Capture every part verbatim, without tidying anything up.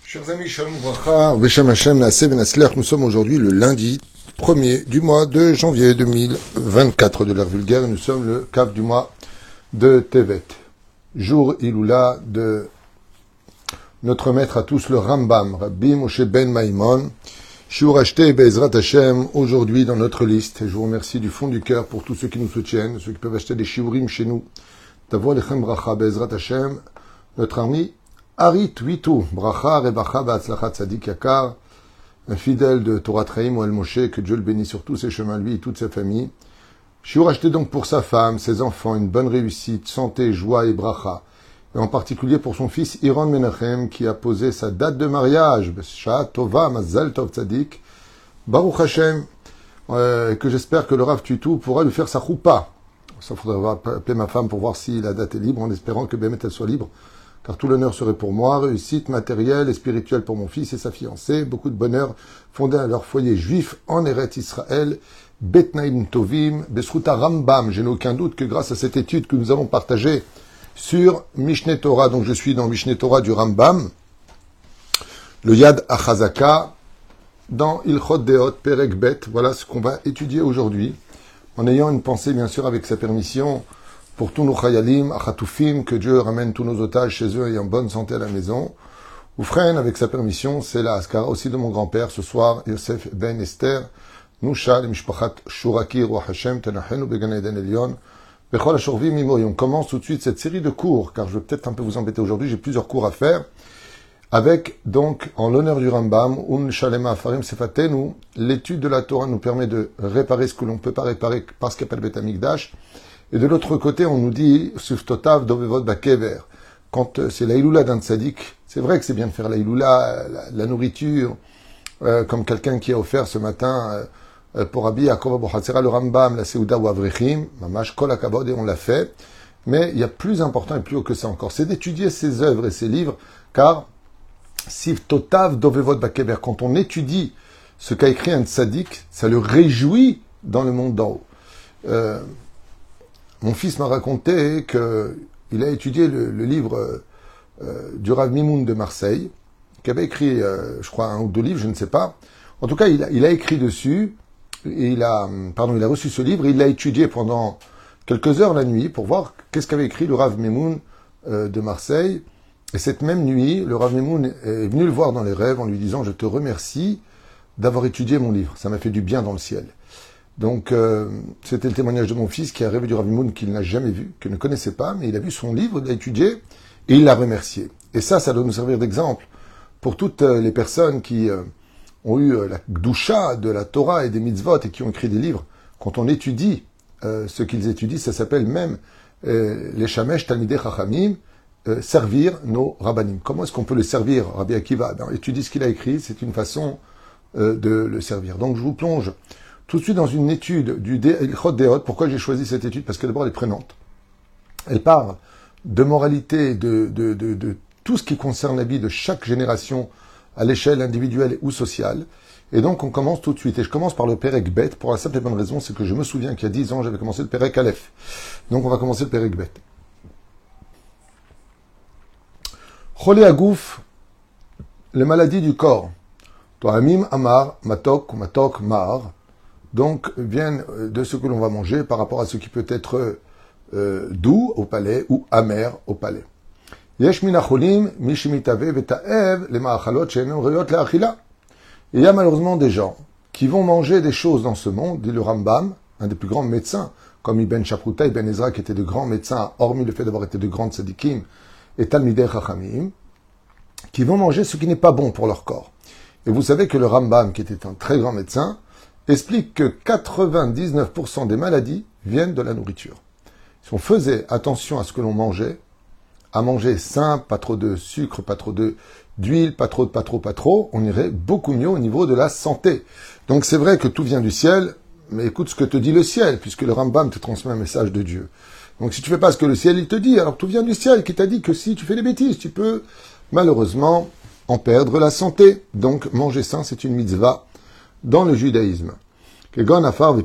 Chers amis, Shalom Bracha, Beshem Hashem, Naaseh Venaslech, nous sommes aujourd'hui le lundi premier du mois de janvier deux mille vingt-quatre de l'ère vulgaire, nous sommes le cap du mois de Tevet, jour Iloula de notre maître à tous, le Rambam, Rabbi Moshe Ben Maimon, Shiur acheté Be'ezrat Hashem, aujourd'hui dans notre liste, et je vous remercie du fond du cœur pour tous ceux qui nous soutiennent, ceux qui peuvent acheter des shiurim chez nous, Tavo Lechem Bracha Be'ezrat Hashem, notre ami Arit Witu, Bracha, Rebacha, Ba'atzlachat, Tzadik Yakar, un fidèle de Torah Traim ou El Moshe, que Dieu le bénisse sur tous ses chemins, lui et toute sa famille. Shiur acheté donc pour sa femme, ses enfants, une bonne réussite, santé, joie et bracha. Et en particulier pour son fils Iron Menachem, qui a posé sa date de mariage, Besha Tova, Mazal Tov Tzadik, Baruch Hashem, euh, que j'espère que le Rav Tutu pourra lui faire sa choupa. Ça faudra appeler ma femme pour voir si la date est libre, en espérant que Bémet elle soit libre. Car tout l'honneur serait pour moi, réussite matérielle et spirituelle pour mon fils et sa fiancée, beaucoup de bonheur fondé à leur foyer juif en Eretz Israël, Betnaim Tovim, Besruta Rambam. Je n'ai aucun doute que grâce à cette étude que nous avons partagée sur Mishneh Torah, donc je suis dans Mishneh Torah du Rambam, le Yad Achazaka, dans Ilchot Deot, Perek Bet, voilà ce qu'on va étudier aujourd'hui, en ayant une pensée bien sûr avec sa permission, pour tous nos chayalim, achatufim, que Dieu ramène tous nos otages chez eux et en bonne santé à la maison. Oufren, avec sa permission, c'est la askara aussi de mon grand-père ce soir, Yosef Ben Esther, Nusha, Mishpachat Shurakir, Wa Hashem, Tenachenu, Began Eden Elion, Bechol Ashorvim Mimoy. On commence tout de suite cette série de cours, car je vais peut-être un peu vous embêter aujourd'hui, j'ai plusieurs cours à faire, avec donc, en l'honneur du Rambam, Un Shalema Afarim Sefatenu, l'étude de la Torah nous permet de réparer ce que l'on ne peut pas réparer parce qu'il appelle Bet Amikdash. Et de l'autre côté, on nous dit, Suftotav dovevot bakever. Quand c'est la Iloula d'un tzaddik, c'est vrai que c'est bien de faire la Iloula, la, la nourriture, euh, comme quelqu'un qui a offert ce matin euh, pour Rabbi Yaakov Abu Hatzera le Rambam, la Seuda ou Avrechim, Mamash Kol HaKavod, et on l'a fait. Mais il y a plus important et plus haut que ça encore, c'est d'étudier ses œuvres et ses livres, car Suftotav dovevot bakever, quand on étudie ce qu'a écrit un tzaddik, ça le réjouit dans le monde d'en haut. Euh, Mon fils m'a raconté qu'il a étudié le, le livre euh, du Rav Mimoun de Marseille, qui avait écrit, euh, je crois, un ou deux livres, je ne sais pas. En tout cas, il a, il a écrit dessus, et il a, pardon, il a reçu ce livre, et il l'a étudié pendant quelques heures la nuit pour voir qu'est-ce qu'avait écrit le Rav Mimoun euh, de Marseille. Et cette même nuit, le Rav Mimoun est venu le voir dans les rêves en lui disant « Je te remercie d'avoir étudié mon livre, ça m'a fait du bien dans le ciel ». Donc, euh, c'était le témoignage de mon fils qui a rêvé du Rav Mimoun qu'il n'a jamais vu, qu'il ne connaissait pas, mais il a vu son livre, il l'a étudié, et il l'a remercié. Et ça, ça doit nous servir d'exemple pour toutes les personnes qui euh, ont eu la gdusha de la Torah et des mitzvot et qui ont écrit des livres. Quand on étudie euh, ce qu'ils étudient, ça s'appelle même euh, les shamesh talmidei chachamim, euh, servir nos rabbanim. Comment est-ce qu'on peut le servir, Rabbi Akiva? Ben, étudier ce qu'il a écrit, c'est une façon euh, de le servir. Donc, je vous plonge tout de suite dans une étude du Ilchot Deot. Pourquoi j'ai choisi cette étude? Parce que d'abord elle est prenante. Elle parle de moralité, de, de, de, de tout ce qui concerne la vie de chaque génération à l'échelle individuelle ou sociale. Et donc on commence tout de suite. Et je commence par le Perek Bet pour la simple et bonne raison, c'est que je me souviens qu'il y a dix ans j'avais commencé le Perek Aleph. Donc on va commencer le Perek Bet. Cholé Agouf, les maladies du corps. Tohamim Amar, Matok, Matok Mar. Donc, viennent de ce que l'on va manger par rapport à ce qui peut être euh, doux au palais ou amer au palais. Yesh min acholim, mishimitave vetaev, les ma'achalot she'enem reyot le'achila. Il y a malheureusement des gens qui vont manger des choses dans ce monde, dit le Rambam, un des plus grands médecins, comme Ibn Shapruta, Ibn Ezra, qui étaient de grands médecins, hormis le fait d'avoir été de grands tzadikim, et Talmidei Chachamim, qui vont manger ce qui n'est pas bon pour leur corps. Et vous savez que le Rambam, qui était un très grand médecin, explique que quatre-vingt-dix-neuf pour cent des maladies viennent de la nourriture. Si on faisait attention à ce que l'on mangeait, à manger sain, pas trop de sucre, pas trop de, d'huile, pas trop, pas trop, pas trop, on irait beaucoup mieux au niveau de la santé. Donc c'est vrai que tout vient du ciel, mais écoute ce que te dit le ciel, puisque le Rambam te transmet un message de Dieu. Donc si tu fais pas ce que le ciel il te dit, alors tout vient du ciel, qui t'a dit que si tu fais des bêtises, tu peux malheureusement en perdre la santé. Donc manger sain, c'est une mitzvah dans le judaïsme. Il y en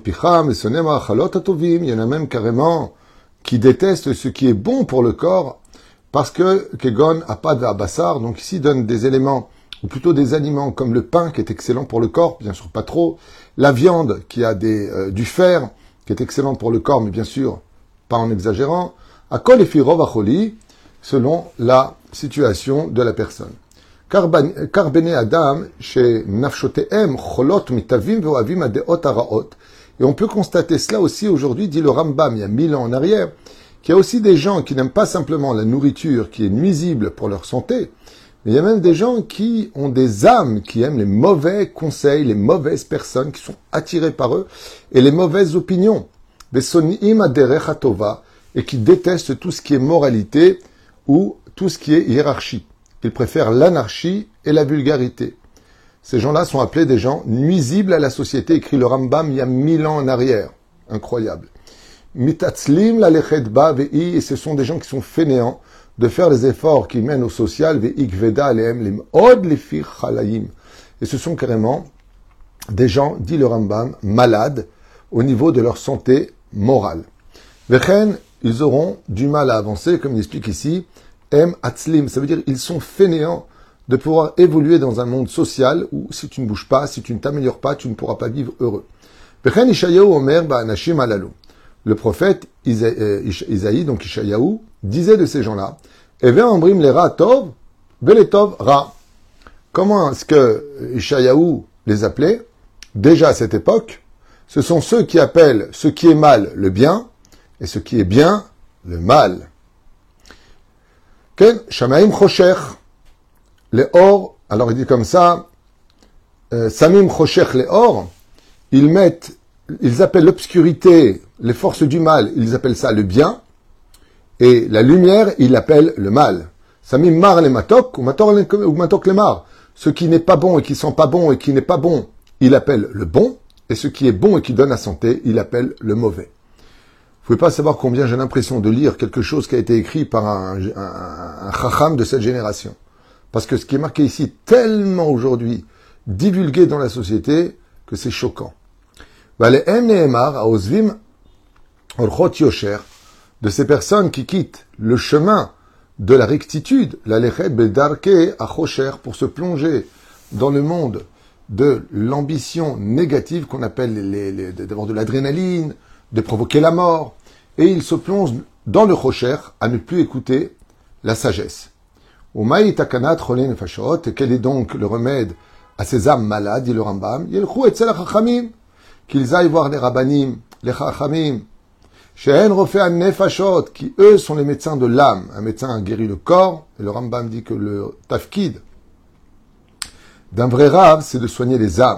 a même carrément qui détestent ce qui est bon pour le corps parce que Kegon a pas de abassar, donc ici donne des éléments ou plutôt des aliments comme le pain qui est excellent pour le corps, bien sûr pas trop, la viande qui a des, euh, du fer qui est excellent pour le corps, mais bien sûr pas en exagérant, akol efi rov acholi, selon la situation de la personne. Car bene adam chez nafshotehem cholot mitavim ve'oavim adeot haraot. Et on peut constater cela aussi aujourd'hui, dit le Rambam, il y a mille ans en arrière, qu'il y a aussi des gens qui n'aiment pas simplement la nourriture qui est nuisible pour leur santé, mais il y a même des gens qui ont des âmes, qui aiment les mauvais conseils, les mauvaises personnes, qui sont attirées par eux, et les mauvaises opinions, vesonim aderech hatova, et qui détestent tout ce qui est moralité ou tout ce qui est hiérarchie. Ils préfèrent l'anarchie et la vulgarité. Ces gens-là sont appelés des gens nuisibles à la société, écrit le Rambam il y a mille ans en arrière. Incroyable. Mitatzlim la lechet ba vei, et ce sont des gens qui sont fainéants de faire les efforts qui mènent au social, vei gveda alehem lim od lefir chalayim. Et ce sont carrément des gens, dit le Rambam, malades au niveau de leur santé morale. Vechen, ils auront du mal à avancer, comme il explique ici, em atzlim, ça veut dire ils sont fainéants de pouvoir évoluer dans un monde social où si tu ne bouges pas, si tu ne t'améliores pas, tu ne pourras pas vivre heureux. Vechen Ishayahu omer ba'anashim halalu. Le prophète Isaïe, donc Ishayahu, disait de ces gens-là, Eve ambrim le ra tov, veletov ra. Comment est-ce que Ishayahu les appelait? Déjà à cette époque, ce sont ceux qui appellent ce qui est mal le bien, et ce qui est bien le mal. Ken shamaim chosher. Les or, alors il dit comme ça, euh, Samim Choshech les or, ils mettent, ils appellent l'obscurité, les forces du mal, ils appellent ça le bien, et la lumière, ils l'appellent le mal. Samim Mar les matok, ou matok les mar. Ce qui n'est pas bon et qui sent pas bon et qui n'est pas bon, il appelle le bon, et ce qui est bon et qui donne la santé, il appelle le mauvais. Vous pouvez pas savoir combien j'ai l'impression de lire quelque chose qui a été écrit par un, un, un chacham de cette génération. Parce que ce qui est marqué ici, tellement aujourd'hui divulgué dans la société, que c'est choquant. De ces personnes qui quittent le chemin de la rectitude, la lechet bedarke achosher, pour se plonger dans le monde de l'ambition négative qu'on appelle les, les, d'avoir de l'adrénaline, de provoquer la mort, et ils se plongent dans le chosher à ne plus écouter la sagesse. Et quel est donc le remède à ces âmes malades, dit le Rambam? Qu'ils aillent voir les rabbanim, les chachamim, qui eux sont les médecins de l'âme. Un médecin guérit le corps, et le Rambam dit que le tafkid d'un vrai rab, c'est de soigner les âmes.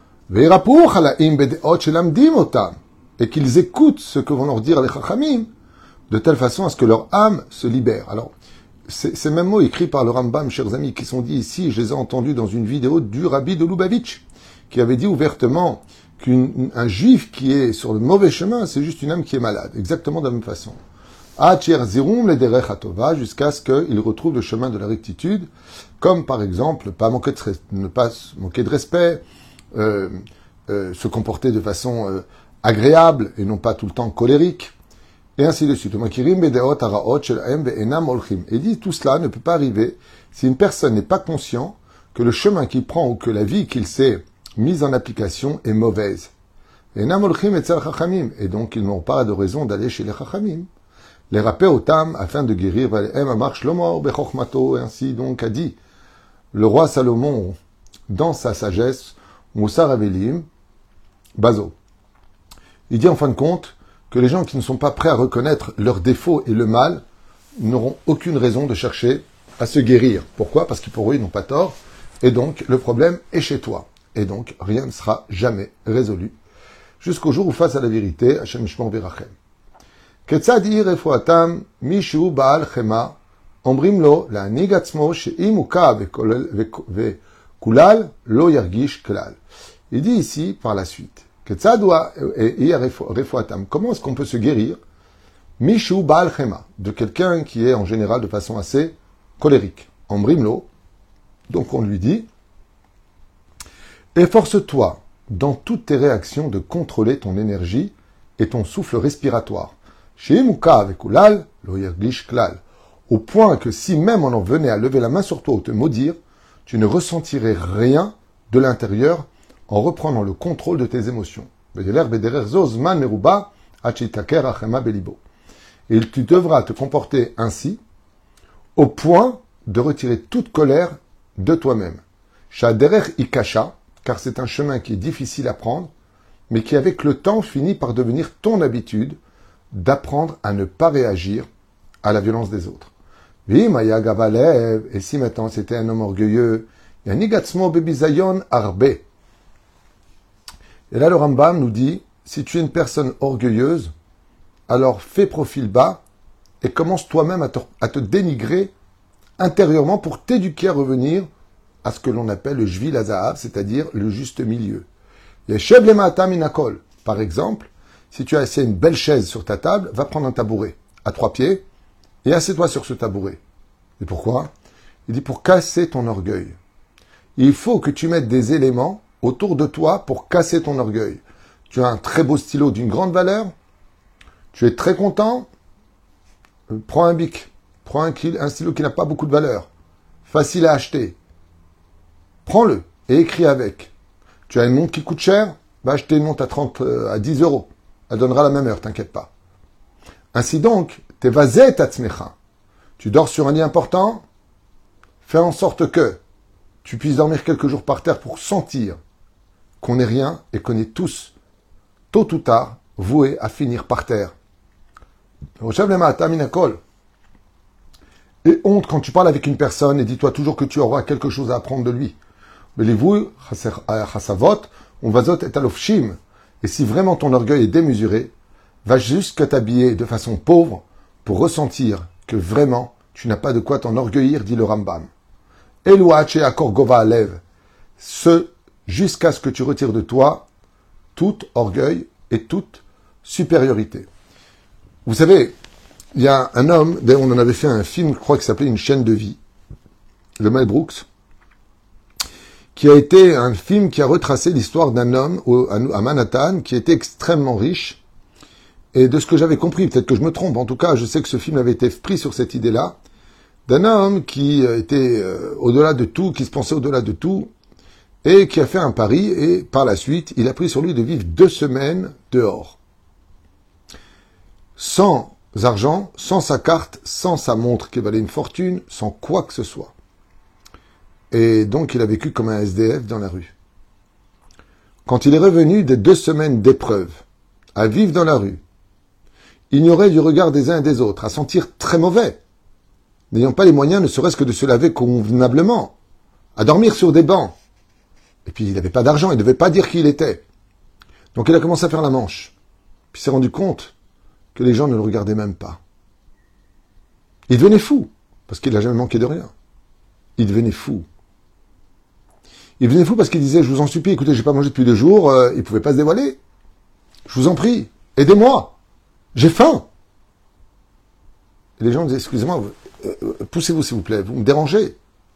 Et qu'ils écoutent ce que vont leur dire les chachamim, de telle façon à ce que leur âme se libère. Alors, Ces, ces mêmes mots écrits par le Rambam, chers amis, qui sont dits ici, je les ai entendus dans une vidéo du Rabbi de Lubavitch, qui avait dit ouvertement qu'un juif qui est sur le mauvais chemin, c'est juste une âme qui est malade, exactement de la même façon. Jusqu'à ce qu'il retrouve le chemin de la rectitude, comme par exemple pas manquer de, ne pas manquer de respect, euh, euh, se comporter de façon euh, agréable et non pas tout le temps colérique. Et ainsi de suite. Et dit, tout cela ne peut pas arriver si une personne n'est pas conscient que le chemin qu'il prend ou que la vie qu'il s'est mise en application est mauvaise. Et donc, ils n'ont pas de raison d'aller chez les chachamim. Les rapper au tam afin de guérir. Et ainsi donc a dit le roi Salomon dans sa sagesse, Moussar Avelim, Bazo. Il dit en fin de compte que les gens qui ne sont pas prêts à reconnaître leurs défauts et le mal n'auront aucune raison de chercher à se guérir. Pourquoi? Parce que pour eux, ils n'ont pas tort. Et donc, le problème est chez toi. Et donc, rien ne sera jamais résolu. Jusqu'au jour où, face à la vérité, Hashem Yishmor Virachem. Ketzad ir refuatam mishu baal chema omrim lo la'anig atzmo she'im uka vekulal lo yargish klal. Il dit ici, par la suite, comment est-ce qu'on peut se guérir? Mishu Baal Chema, de quelqu'un qui est en général de façon assez colérique. Ambrimlo, donc on lui dit, efforce-toi dans toutes tes réactions de contrôler ton énergie et ton souffle respiratoire. Sheimuka vekulal lo yargish klal. Au point que si même on en venait à lever la main sur toi ou te maudire, tu ne ressentirais rien de l'intérieur en reprenant le contrôle de tes émotions. Et tu devras te comporter ainsi au point de retirer toute colère de toi-même. Shaderer ikasha, car c'est un chemin qui est difficile à prendre, mais qui avec le temps finit par devenir ton habitude d'apprendre à ne pas réagir à la violence des autres. Et si maintenant c'était un homme orgueilleux, yanigatsmo bebizayon arbe. Et là le Rambam nous dit, si tu es une personne orgueilleuse, alors fais profil bas et commence toi-même à te, à te dénigrer intérieurement pour t'éduquer à revenir à ce que l'on appelle le Jvil Hazahav, c'est-à-dire le juste milieu. Yeshev lemata minakol. Par exemple, si tu as assis une belle chaise sur ta table, va prendre un tabouret à trois pieds et assieds-toi sur ce tabouret. Et pourquoi? Il dit pour casser ton orgueil. Il faut que tu mettes des éléments autour de toi pour casser ton orgueil. Tu as un très beau stylo d'une grande valeur, tu es très content, prends un bic, prends un, un stylo qui n'a pas beaucoup de valeur, facile à acheter. Prends-le et écris avec. Tu as une montre qui coûte cher, va acheter une montre à trente, à dix euros. Elle donnera la même heure, t'inquiète pas. Ainsi donc, t'es vazé tatzmecha. Tu dors sur un lit important, fais en sorte que tu puisses dormir quelques jours par terre pour sentir qu'on n'est rien et qu'on est tous, tôt ou tard, voués à finir par terre. Et honte quand tu parles avec une personne et dis-toi toujours que tu auras quelque chose à apprendre de lui. Mais les vouilles, chasavot, on vazot et alofshim. Et si vraiment ton orgueil est démesuré, va jusqu'à t'habiller de façon pauvre pour ressentir que vraiment tu n'as pas de quoi t'enorgueillir, dit le Rambam. Elouache akor gova alev. Ce, jusqu'à ce que tu retires de toi tout orgueil et toute supériorité. Vous savez, il y a un homme, d'ailleurs on en avait fait un film, je crois, qui s'appelait Une chaîne de vie, le Mel Brooks, qui a été un film qui a retracé l'histoire d'un homme à Manhattan qui était extrêmement riche. Et de ce que j'avais compris, peut-être que je me trompe, en tout cas, je sais que ce film avait été pris sur cette idée-là, d'un homme qui était euh, au-delà de tout, qui se pensait au-delà de tout, et qui a fait un pari, et par la suite, il a pris sur lui de vivre deux semaines dehors. Sans argent, sans sa carte, sans sa montre qui valait une fortune, sans quoi que ce soit. Et donc, il a vécu comme un S D F dans la rue. Quand il est revenu des deux semaines d'épreuve, à vivre dans la rue, ignoré du regard des uns et des autres, à sentir très mauvais, n'ayant pas les moyens ne serait-ce que de se laver convenablement, à dormir sur des bancs. Et puis, il n'avait pas d'argent, il ne devait pas dire qui il était. Donc, il a commencé à faire la manche. Puis, il s'est rendu compte que les gens ne le regardaient même pas. Il devenait fou, parce qu'il n'a jamais manqué de rien. Il devenait fou. Il devenait fou parce qu'il disait, je vous en supplie, écoutez, j'ai pas mangé depuis deux jours, euh, il ne pouvait pas se dévoiler. Je vous en prie, aidez-moi, j'ai faim. Et les gens disaient, excusez-moi, euh, poussez-vous s'il vous plaît, vous me dérangez.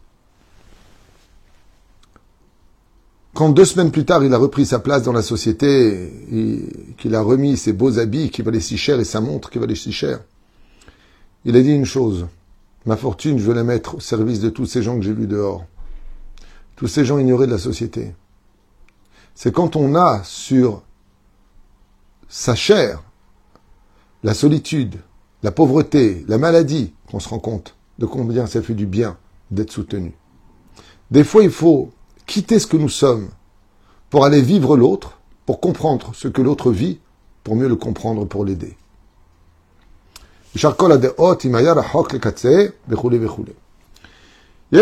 Quand deux semaines plus tard, il a repris sa place dans la société, et qu'il a remis ses beaux habits qui valaient si cher et sa montre qui valait si cher, il a dit une chose, ma fortune, je veux la mettre au service de tous ces gens que j'ai vus dehors. Tous ces gens ignorés de la société. C'est quand on a sur sa chair la solitude, la pauvreté, la maladie, qu'on se rend compte de combien ça fait du bien d'être soutenu. Des fois, il faut quitter ce que nous sommes pour aller vivre l'autre, pour comprendre ce que l'autre vit, pour mieux le comprendre, pour l'aider. Dans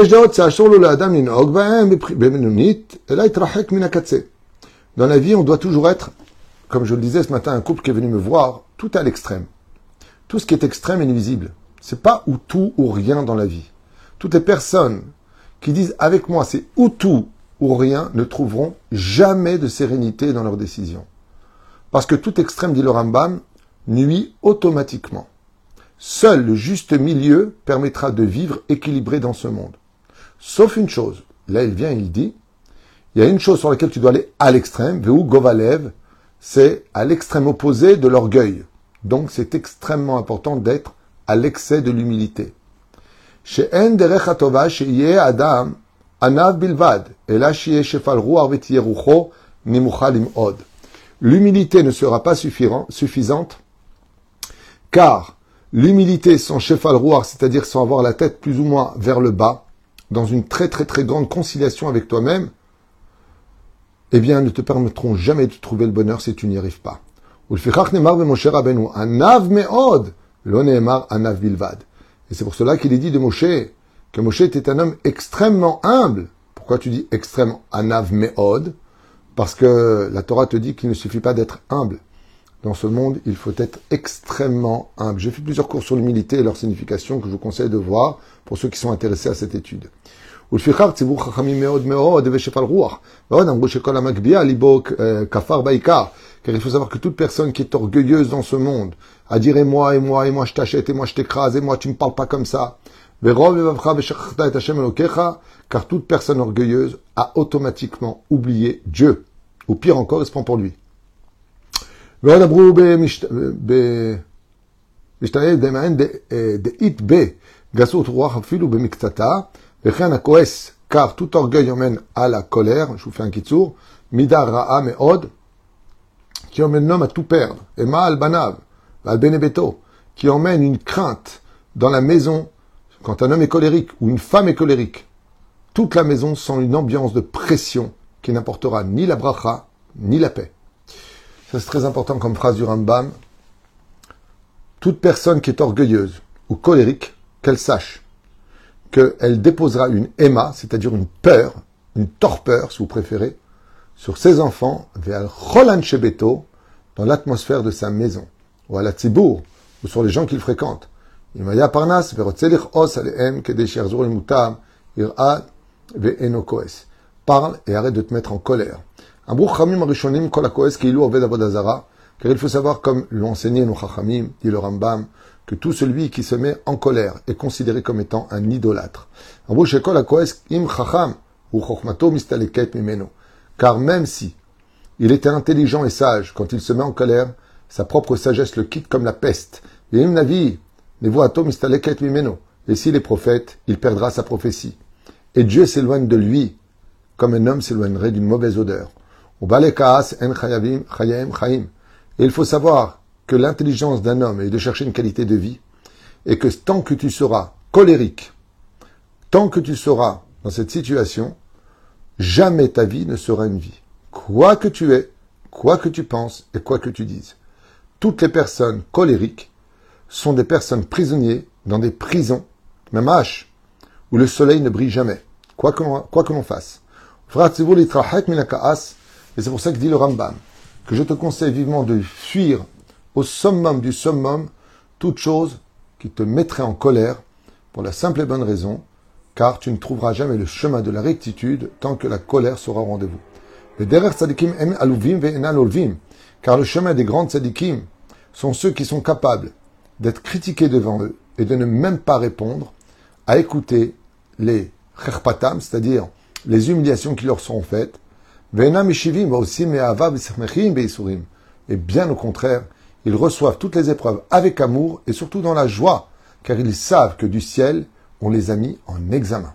la vie, on doit toujours être, comme je le disais ce matin, un couple qui est venu me voir, tout à l'extrême. Tout ce qui est extrême est nuisible. C'est pas ou tout ou rien dans la vie. Toutes les personnes qui disent avec moi c'est ou tout ou rien ne trouveront jamais de sérénité dans leurs décisions. Parce que tout extrême, dit le Rambam, nuit automatiquement. Seul le juste milieu permettra de vivre équilibré dans ce monde. Sauf une chose. Là, il vient et il dit, il y a une chose sur laquelle tu dois aller à l'extrême, Veu Govalev, c'est à l'extrême opposé de l'orgueil. Donc, c'est extrêmement important d'être à l'excès de l'humilité. Chez En Derech HaTova, chez Yeh Adam, anav bilvad, ela shi'eh shefal ruach v'tiyeh rucho nimucha lim'od. L'humilité ne sera pas suffisante, car l'humilité sans shefal ruach, c'est-à-dire sans avoir la tête plus ou moins vers le bas, dans une très très très grande conciliation avec toi-même, eh bien, ne te permettront jamais de trouver le bonheur si tu n'y arrives pas. Et c'est pour cela qu'il est dit de Moshe que Moshe était un homme extrêmement humble. Pourquoi tu dis extrêmement anav me'od? Parce que la Torah te dit qu'il ne suffit pas d'être humble. Dans ce monde, il faut être extrêmement humble. J'ai fait plusieurs cours sur l'humilité et leur signification que je vous conseille de voir pour ceux qui sont intéressés à cette étude. Car il faut savoir que toute personne qui est orgueilleuse dans ce monde, à dire et moi, et moi, et moi je t'achète, et moi je t'écrase, et moi tu me parles pas comme ça, car toute personne orgueilleuse a automatiquement oublié Dieu, ou pire encore, il se prend pour lui. Car tout orgueil emmène à la colère, je vous fais un kitsour, midar ra'a me'od, qui emmène l'homme à tout perdre, et ma'al banav, al benebeto, qui emmène une crainte dans la maison, quand un homme est colérique ou une femme est colérique, toute la maison sent une ambiance de pression qui n'apportera ni la bracha, ni la paix. Ça c'est très important comme phrase du Rambam. Toute personne qui est orgueilleuse ou colérique, qu'elle sache qu'elle déposera une éma, c'est-à-dire une peur, une torpeur, si vous préférez, sur ses enfants, vers Cholan Shebeto, dans l'atmosphère de sa maison, ou à la Tzibour, ou sur les gens qu'il fréquente. Imaya Parnas, Verotzelich Os Aleem, Kedesh Yarzur Imutam, Ir'ad, Ve'eno Koes. Parle et arrête de te mettre en colère. Amrou Chamim Arishonim Kol HaKoes Keilu Oved Avodazara, car il faut savoir, comme l'ont enseigné nos Chachamim, dit le Rambam, que tout celui qui se met en colère est considéré comme étant un idolâtre. Car même si il était intelligent et sage, quand il se met en colère, sa propre sagesse le quitte comme la peste. Et s'il est prophète, il perdra sa prophétie. Et Dieu s'éloigne de lui, comme un homme s'éloignerait d'une mauvaise odeur. Et il faut savoir que l'intelligence d'un homme est de chercher une qualité de vie, et que tant que tu seras colérique, tant que tu seras dans cette situation, jamais ta vie ne sera une vie. Quoi que tu aies, quoi que tu penses et quoi que tu dises. Toutes les personnes colériques sont des personnes prisonnières dans des prisons, même H, où le soleil ne brille jamais, quoi que l'on, quoi que l'on fasse. Et c'est pour ça que dit le Rambam, que je te conseille vivement de fuir au summum du summum toute chose qui te mettrait en colère pour la simple et bonne raison, car tu ne trouveras jamais le chemin de la rectitude tant que la colère sera au rendez-vous. Car le chemin des grands tzadikim sont ceux qui sont capables d'être critiqués devant eux et de ne même pas répondre, à écouter les cherpatam, c'est-à-dire les humiliations qui leur sont faites, et bien au contraire, ils reçoivent toutes les épreuves avec amour et surtout dans la joie, car ils savent que du ciel, on les a mis en examen.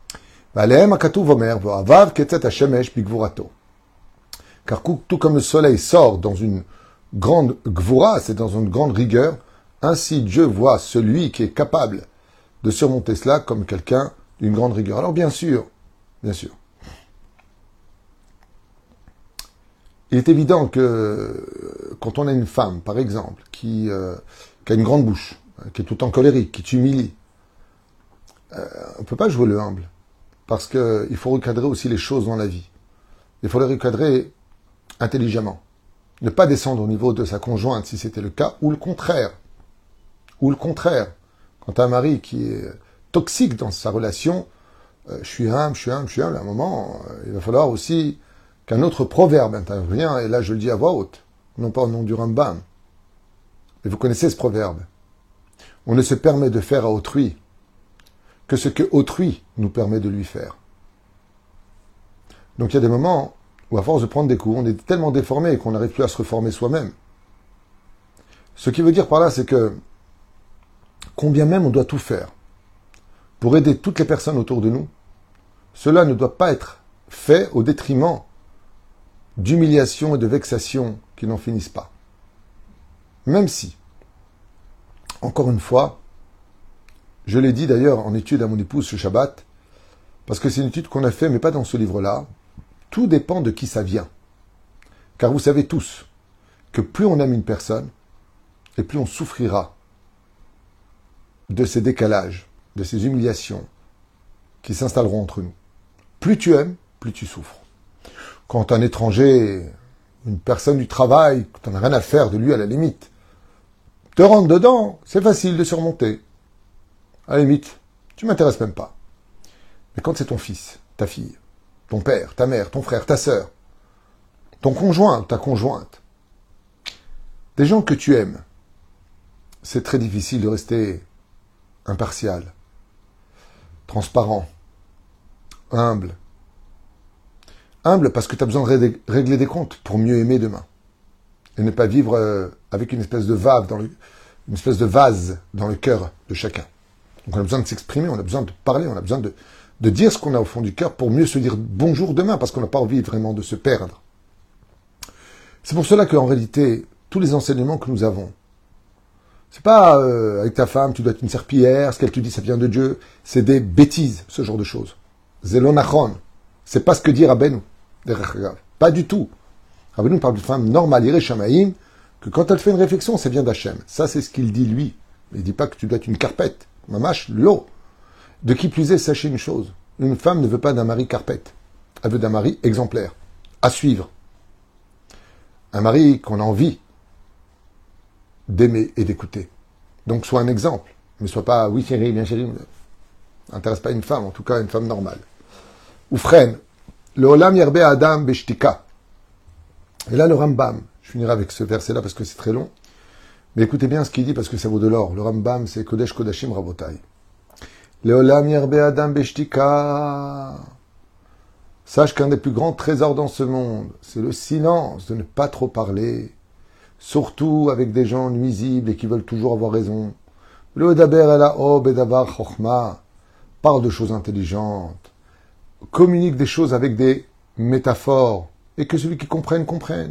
Car tout comme le soleil sort dans une grande gvura, c'est dans une grande rigueur, ainsi Dieu voit celui qui est capable de surmonter cela comme quelqu'un d'une grande rigueur. Alors bien sûr, bien sûr, il est évident que quand on a une femme, par exemple, qui, euh, qui a une grande bouche, qui est tout le temps colérique, qui t'humilie, euh, on ne peut pas jouer le humble. Parce qu'il faut recadrer aussi les choses dans la vie. Il faut les recadrer intelligemment. Ne pas descendre au niveau de sa conjointe si c'était le cas, ou le contraire. Ou le contraire. Quand tu as un mari qui est toxique dans sa relation, euh, je suis humble, je suis humble, je suis humble, à un moment, euh, il va falloir aussi qu'un autre proverbe intervient, et là je le dis à voix haute, non pas au nom du Rambam. Mais vous connaissez ce proverbe. On ne se permet de faire à autrui que ce que autrui nous permet de lui faire. Donc il y a des moments où à force de prendre des coups, on est tellement déformé qu'on n'arrive plus à se reformer soi-même. Ce qui veut dire par là, c'est que combien même on doit tout faire pour aider toutes les personnes autour de nous, cela ne doit pas être fait au détriment d'humiliation et de vexation qui n'en finissent pas. Même si, encore une fois, je l'ai dit d'ailleurs en étude à mon épouse ce Shabbat, parce que c'est une étude qu'on a fait, mais pas dans ce livre-là, tout dépend de qui ça vient. Car vous savez tous que plus on aime une personne, et plus on souffrira de ces décalages, de ces humiliations qui s'installeront entre nous. Plus tu aimes, plus tu souffres. Quand un étranger, une personne du travail, tu n'en as rien à faire de lui à la limite, te rentre dedans, c'est facile de surmonter. À la limite, tu m'intéresses même pas. Mais quand c'est ton fils, ta fille, ton père, ta mère, ton frère, ta sœur, ton conjoint, ta conjointe, des gens que tu aimes, c'est très difficile de rester impartial, transparent, humble. Humble parce que tu as besoin de régler des comptes pour mieux aimer demain. Et ne pas vivre euh, avec une espèce de vase dans le, une espèce de vase dans le cœur de chacun. Donc on a besoin de s'exprimer, on a besoin de parler, on a besoin de, de dire ce qu'on a au fond du cœur pour mieux se dire bonjour demain, parce qu'on n'a pas envie vraiment de se perdre. C'est pour cela qu'en réalité, tous les enseignements que nous avons, c'est pas euh, avec ta femme, tu dois être une serpillière, ce qu'elle te dit, ça vient de Dieu, c'est des bêtises, ce genre de choses. Zelonachon, c'est pas ce que dit Rabbeinu. Pas du tout. Rabbeinu parle d'une femme normale, Ireshamaïm, que quand elle fait une réflexion, c'est bien d'Hachem. Ça, c'est ce qu'il dit lui. Mais il dit pas que tu dois être une carpette. Mamash, l'eau. De qui plus est, sachez une chose. Une femme ne veut pas d'un mari carpette. Elle veut d'un mari exemplaire. À suivre. Un mari qu'on a envie d'aimer et d'écouter. Donc, sois un exemple. Mais sois pas, oui chérie, bien chérie. N'intéresse pas une femme, en tout cas une femme normale. Ou freine. Le olam yerbe adam beshtika. Et là, le Rambam, je finirai avec ce verset-là parce que c'est très long. Mais écoutez bien ce qu'il dit parce que ça vaut de l'or. Le Rambam, c'est Kodesh Kodashim Rabotai. Le olam yerbe adam beshtika. Sache qu'un des plus grands trésors dans ce monde, c'est le silence, de ne pas trop parler. Surtout avec des gens nuisibles et qui veulent toujours avoir raison. Le daber ela o bedavar chokhma. Parle de choses intelligentes. Communique des choses avec des métaphores, et que celui qui comprenne, comprenne.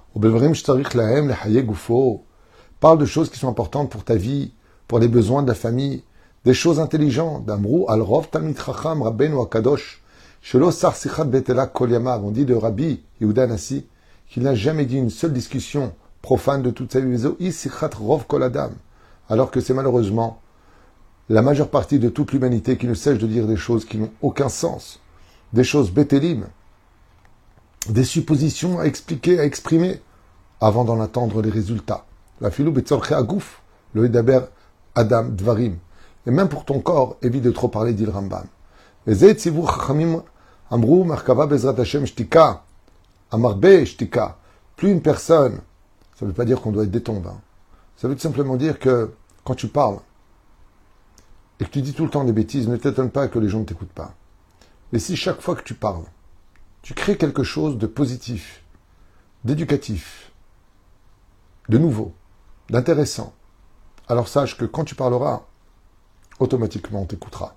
Parle de choses qui sont importantes pour ta vie, pour les besoins de la famille, des choses intelligentes. D'Amrou al-Rov Talmid Chacham Rabbeinu Akadosh, Shelo Sar Sichat Betela Kol Yamav. On dit de Rabbi Yehuda Nassi qu'il n'a jamais dit une seule discussion profane de toute sa vie. I Sichat Rov Kol Adam. Alors que c'est malheureusement la majeure partie de toute l'humanité qui ne cesse de dire des choses qui n'ont aucun sens. Des choses bétélim, des suppositions à expliquer, à exprimer, avant d'en attendre les résultats. La filou betzorche agouf, le edaber adam dvarim. Et même pour ton corps, évite de trop parler, dit le Rambam. Les etzivu chachamim amrou merkava bezrat Hashem shtika, amarbe shtika. Plus une personne, ça ne veut pas dire qu'on doit être détombe. Hein. Ça veut tout simplement dire que quand tu parles et que tu dis tout le temps des bêtises, ne t'étonne pas que les gens ne t'écoutent pas. Mais si chaque fois que tu parles, tu crées quelque chose de positif, d'éducatif, de nouveau, d'intéressant, alors sache que quand tu parleras, automatiquement on t'écoutera.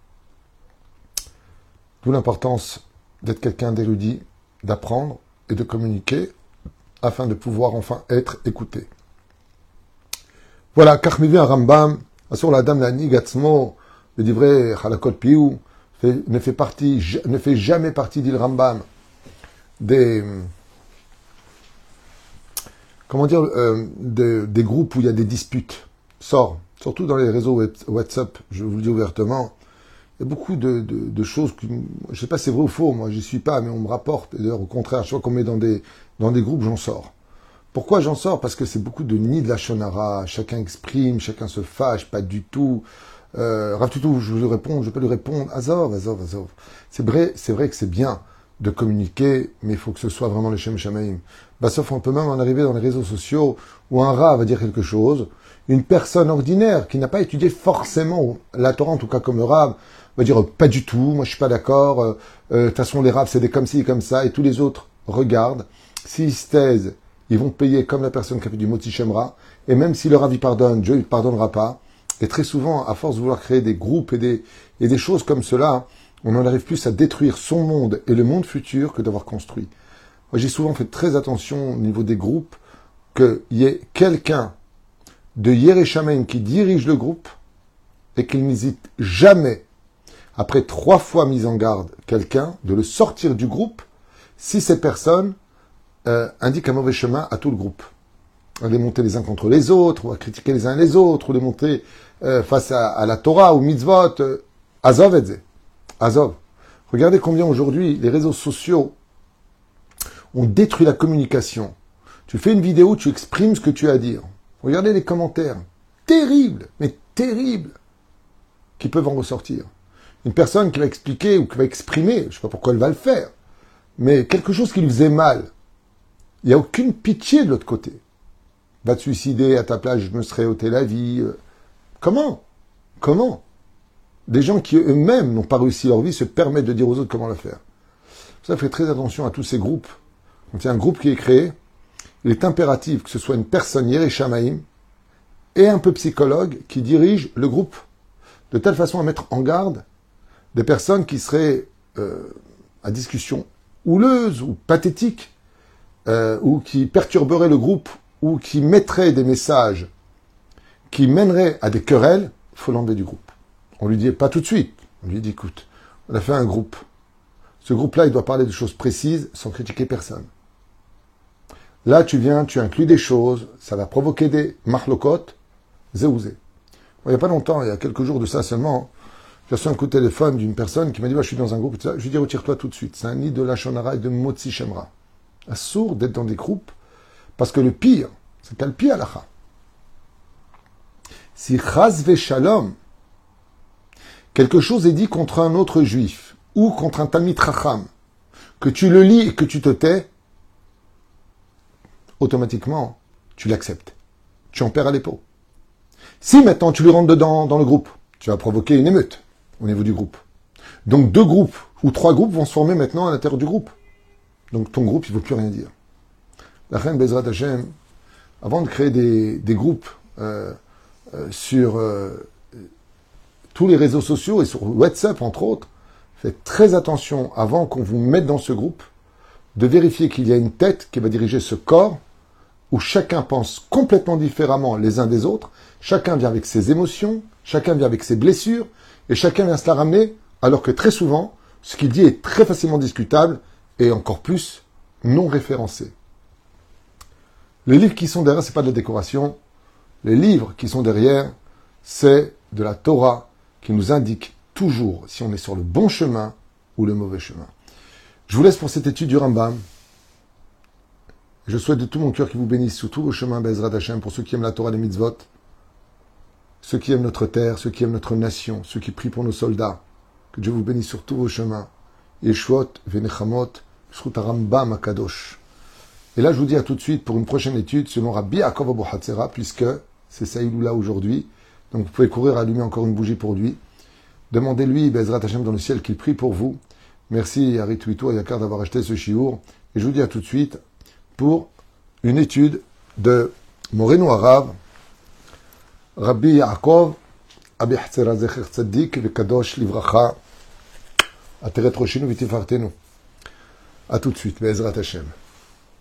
D'où l'importance d'être quelqu'un d'érudit, d'apprendre et de communiquer afin de pouvoir enfin être écouté. Voilà, Kachmivi un Rambam, Asur la dame la nigatzmo, le divrei halakot piou, ne fait partie, ne fait jamais partie, dit le Rambam, des, comment dire, euh, des, des groupes où il y a des disputes. Sort, surtout dans les réseaux WhatsApp, je vous le dis ouvertement, il y a beaucoup de, de, de choses que, je ne sais pas si c'est vrai ou faux, moi j'y suis pas, mais on me rapporte, et d'ailleurs au contraire, chaque fois qu'on met dans des, dans des groupes, j'en sors. Pourquoi j'en sors? Parce que c'est beaucoup de nids de la shonara, chacun exprime, chacun se fâche, pas du tout. Euh, Rav Tutu, je lui réponds, je peux lui répondre, Azov, Azov, Azov. C'est vrai, c'est vrai que c'est bien de communiquer, mais il faut que ce soit vraiment le Shem Shamaim. Bah, sauf on peut même en arriver dans les réseaux sociaux où un rat va dire quelque chose, une personne ordinaire qui n'a pas étudié forcément la Torah, en tout cas comme le Rav, va dire pas du tout, moi je suis pas d'accord, euh, euh, de toute façon les Ravs c'est des comme ci, comme ça, et tous les autres regardent, s'ils se taisent, ils vont payer comme la personne qui a fait du Motzi Shemra, et même si le Rav il pardonne, Dieu il pardonnera pas. Et très souvent, à force de vouloir créer des groupes et des, et des choses comme cela, On en arrive plus à détruire son monde et le monde futur que d'avoir construit. Moi, j'ai souvent fait très attention au niveau des groupes qu'il y ait quelqu'un de Yerei Shamayim qui dirige le groupe et qu'il n'hésite jamais, après trois fois mise en garde quelqu'un, de le sortir du groupe si ces personnes euh, indiquent un mauvais chemin à tout le groupe. À les monter les uns contre les autres, ou à critiquer les uns les autres, ou les monter euh, face à, à la Torah ou mitzvot. Euh, Azov et Zé. Azov. Regardez combien aujourd'hui les réseaux sociaux ont détruit la communication. Tu fais une vidéo, tu exprimes ce que tu as à dire. Regardez les commentaires. Terribles, mais terribles, qui peuvent en ressortir. Une personne qui va expliquer ou qui va exprimer, je ne sais pas pourquoi elle va le faire, mais quelque chose qui lui faisait mal. Il n'y a aucune pitié de l'autre côté. Va te suicider, à ta place, je me serais ôté la vie. Comment Comment Des gens qui eux-mêmes n'ont pas réussi leur vie se permettent de dire aux autres comment la faire. Ça fait très attention à tous ces groupes. Quand il y a un groupe qui est créé, il est impératif que ce soit une personne Yerei Shamayim et un peu psychologue qui dirige le groupe, de telle façon à mettre en garde des personnes qui seraient euh, à discussion houleuse ou pathétique, euh, ou qui perturberaient le groupe, ou qui mettraient des messages qui mèneraient à des querelles. Il faut l'enlever du groupe. On lui dit pas tout de suite. On lui dit, écoute, on a fait un groupe. Ce groupe-là, il doit parler de choses précises sans critiquer personne. Là, tu viens, tu inclus des choses, ça va provoquer des mahlokot, zéouzé. Il n'y a pas longtemps, il y a quelques jours de ça seulement, j'ai reçu un coup de téléphone d'une personne qui m'a dit, bah, je suis dans un groupe, et ça. Je lui ai dit, retire-toi tout de suite. C'est un nid de Lachonara et de Motzi Shemra. Assourd d'être dans des groupes, parce que le pire, c'est qu'à le pire halacha. Si chas ve shalom, quelque chose est dit contre un autre juif, ou contre un Talmid Chacham, que tu le lis et que tu te tais, automatiquement, tu l'acceptes. Tu en perds à l'épaule. Si maintenant tu lui rentres dedans dans le groupe, tu vas provoquer une émeute au niveau du groupe. Donc deux groupes ou trois groupes vont se former maintenant à l'intérieur du groupe. Donc ton groupe, il ne veut plus rien dire. La reine Bezrat Hashem, avant de créer des, des groupes euh, euh, sur euh, tous les réseaux sociaux et sur WhatsApp entre autres, faites très attention avant qu'on vous mette dans ce groupe de vérifier qu'il y a une tête qui va diriger ce corps où chacun pense complètement différemment les uns des autres, chacun vient avec ses émotions, chacun vient avec ses blessures, et chacun vient se la ramener, alors que très souvent, ce qu'il dit est très facilement discutable, et encore plus, non référencé. Les livres qui sont derrière, c'est pas de la décoration, les livres qui sont derrière, c'est de la Torah qui nous indique toujours si on est sur le bon chemin ou le mauvais chemin. Je vous laisse pour cette étude du Rambam. Je souhaite de tout mon cœur qu'il vous bénisse sur tous vos chemins, Bezrat Hashem, pour ceux qui aiment la Torah des mitzvot, ceux qui aiment notre terre, ceux qui aiment notre nation, ceux qui prient pour nos soldats. Que Dieu vous bénisse sur tous vos chemins. Yeshuot, Venechamot, Shut Rambam Akadosh. Et là, je vous dis à tout de suite pour une prochaine étude selon Rabbi Yaakov Abu Hatzera, puisque c'est Saïloula aujourd'hui. Donc vous pouvez courir allumer encore une bougie pour lui. Demandez-lui, Bezrat Hashem, dans le ciel, qu'il prie pour vous. Merci à Ritwito et Yakar d'avoir acheté ce chiour. Et je vous dis à tout de suite pour une étude de Moreno Arabe, Rabbi Yaakov, Abi Hatzera Zecher Tzadik, Vekadosh Livracha, Ateret Roshinu Vitifartenu. À tout de suite, Bezrat Hashem.